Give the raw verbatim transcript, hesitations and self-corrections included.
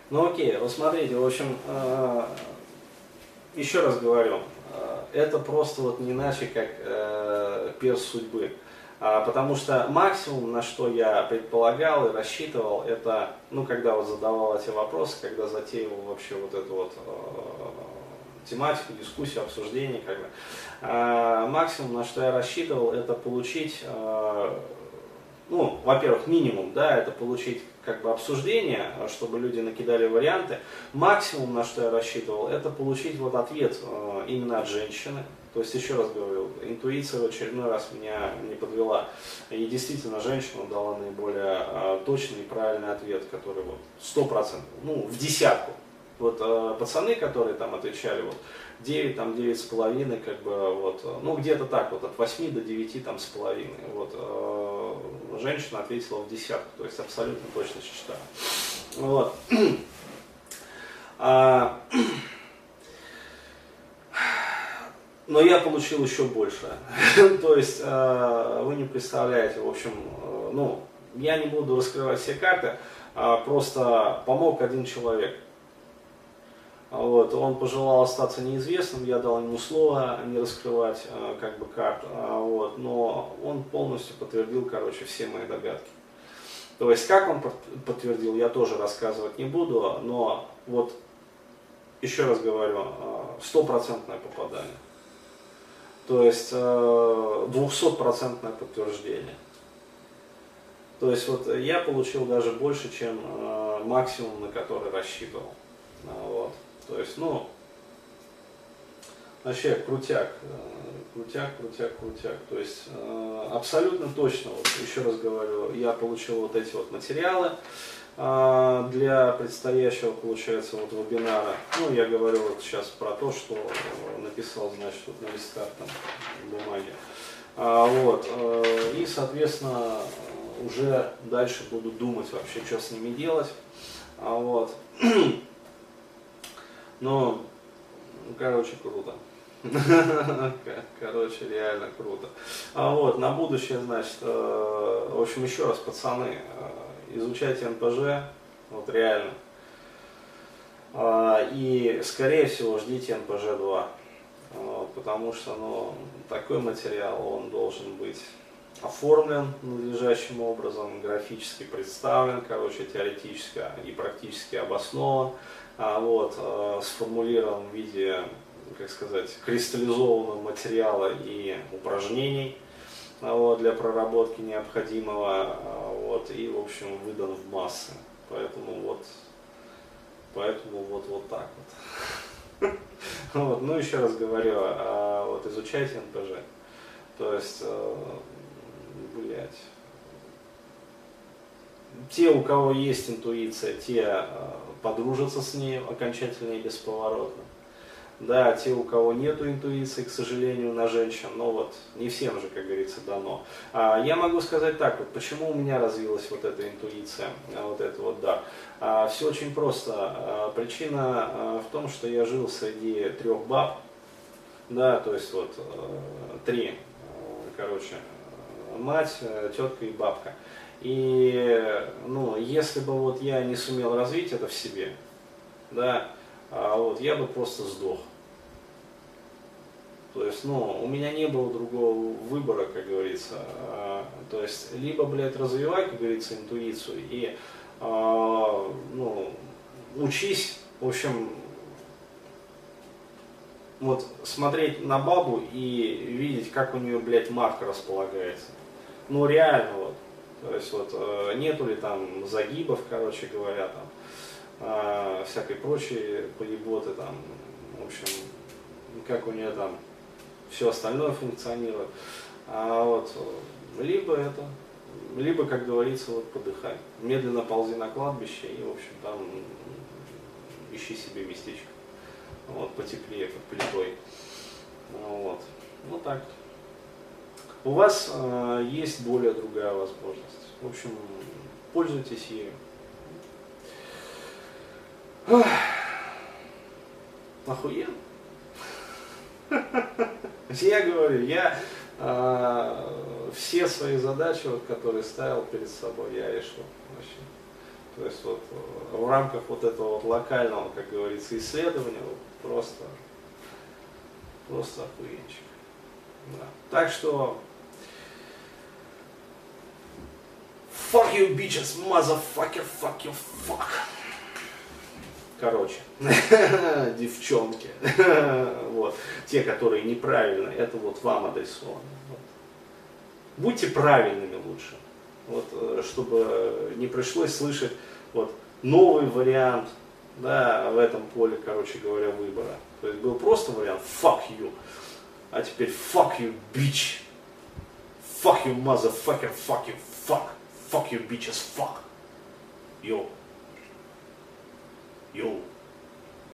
Ну окей, вот смотрите, в общем, э, еще раз говорю, э, это просто вот не иначе, как э, перс судьбы. А, потому что максимум, на что я предполагал и рассчитывал, это, ну, когда вот задавал эти вопросы, когда затеивал вообще вот эту вот э, тематику, дискуссию, обсуждение, как бы, э, максимум, на что я рассчитывал, это получить, э, ну, во-первых, минимум, да, это получить как бы обсуждение, чтобы люди накидали варианты. Максимум, на что я рассчитывал, это получить вот ответ э, именно от женщины. То есть, еще раз говорю, интуиция в очередной раз меня не подвела. И действительно, женщина дала наиболее э, точный и правильный ответ, который вот сто процентов, ну, в десятку. Вот э, пацаны, которые там отвечали, вот, девять, там, девять с половиной, как бы, вот, ну, где-то так, вот, от восьми до девяти, там, с половиной, вот, э, женщина ответила в десятку, то есть, абсолютно точно считаю. Вот. А, но я получил еще больше, то есть, э, вы не представляете, в общем, э, ну, я не буду раскрывать все карты, а просто помог один человек. Вот, он пожелал остаться неизвестным, я дал ему слово не раскрывать э, как бы карт, а, вот, но он полностью подтвердил, короче, все мои догадки. То есть, как он подтвердил, я тоже рассказывать не буду, но вот, еще раз говорю, стопроцентное попадание. То есть, двухсотпроцентное подтверждение. То есть, вот я получил даже больше, чем э, максимум, на который рассчитывал. Вот. То есть, ну, вообще крутяк, крутяк, крутяк, крутяк. То есть, э, абсолютно точно, вот, еще раз говорю, я получил вот эти вот материалы э, для предстоящего, получается, вот вебинара. Ну, я говорю вот сейчас про то, что написал, значит, вот на листках там бумаги. А, вот, э, и, соответственно, уже дальше буду думать вообще, что с ними делать. А, вот. Ну, короче, круто. Короче, реально круто. А вот, на будущее, значит, э, в общем, еще раз, пацаны, э, изучайте эн пэ жэ, вот реально. Э, и, скорее всего, ждите эн пэ жэ два. Вот, потому что, ну, такой материал, он должен быть оформлен надлежащим образом, графически представлен, короче, теоретически и практически обоснован. А, вот, э, сформулирован в виде, как сказать, кристаллизованного материала и упражнений, а, вот, для проработки необходимого, а, вот, и, в общем, выдан в массы. Поэтому вот, поэтому вот, вот так вот. Вот. Ну, еще раз говорю, а, вот, изучайте эн пэ жэ. То есть, э, блять. Те, у кого есть интуиция, те подружатся с ней окончательно и бесповоротно. Да, те, у кого нету интуиции, к сожалению, на женщин, но вот не всем же, как говорится, дано. А, я могу сказать так, вот почему у меня развилась вот эта интуиция, вот это вот да. А, все очень просто. А, причина а, в том, что я жил среди трех баб, да, то есть вот а, три, короче, мать, тетка и бабка. И, ну, если бы вот я не сумел развить это в себе, да, а вот я бы просто сдох. То есть, ну, у меня не было другого выбора, как говорится. А, то есть, либо, блядь, развивай, как говорится, интуицию и, а, ну, учись, в общем, вот смотреть на бабу и видеть, как у нее, блядь, матка располагается. Ну, реально, вот. То есть вот э, нету ли там загибов, короче говоря, там, э, всякой прочей поеботы, там, в общем, как у нее там все остальное функционирует. А вот, либо это, либо, как говорится, вот подыхай. Медленно ползи на кладбище и, в общем, там ищи себе местечко. Вот, потеплее, под плитой. Вот, вот так. У вас э, есть более другая возможность. В общем, пользуйтесь ею. Ох. Охуенно. Я говорю, я э, все свои задачи, вот, которые ставил перед собой, я решил. Вообще. То есть вот в рамках вот этого вот локального, как говорится, исследования вот просто, просто охуенчик. Да. Так что fuck you bitches, motherfucker, fuck you, fuck. Короче, девчонки, вот, те, которые неправильно, это вот вам адресовано. Вот. Будьте правильными лучше, вот, чтобы не пришлось слышать вот, новый вариант, да, в этом поле, короче говоря, выбора. То есть был просто вариант fuck you, а теперь fuck you bitch, fuck you motherfucker, fuck you fuck, fuck you bitches, fuck, yo. Yo.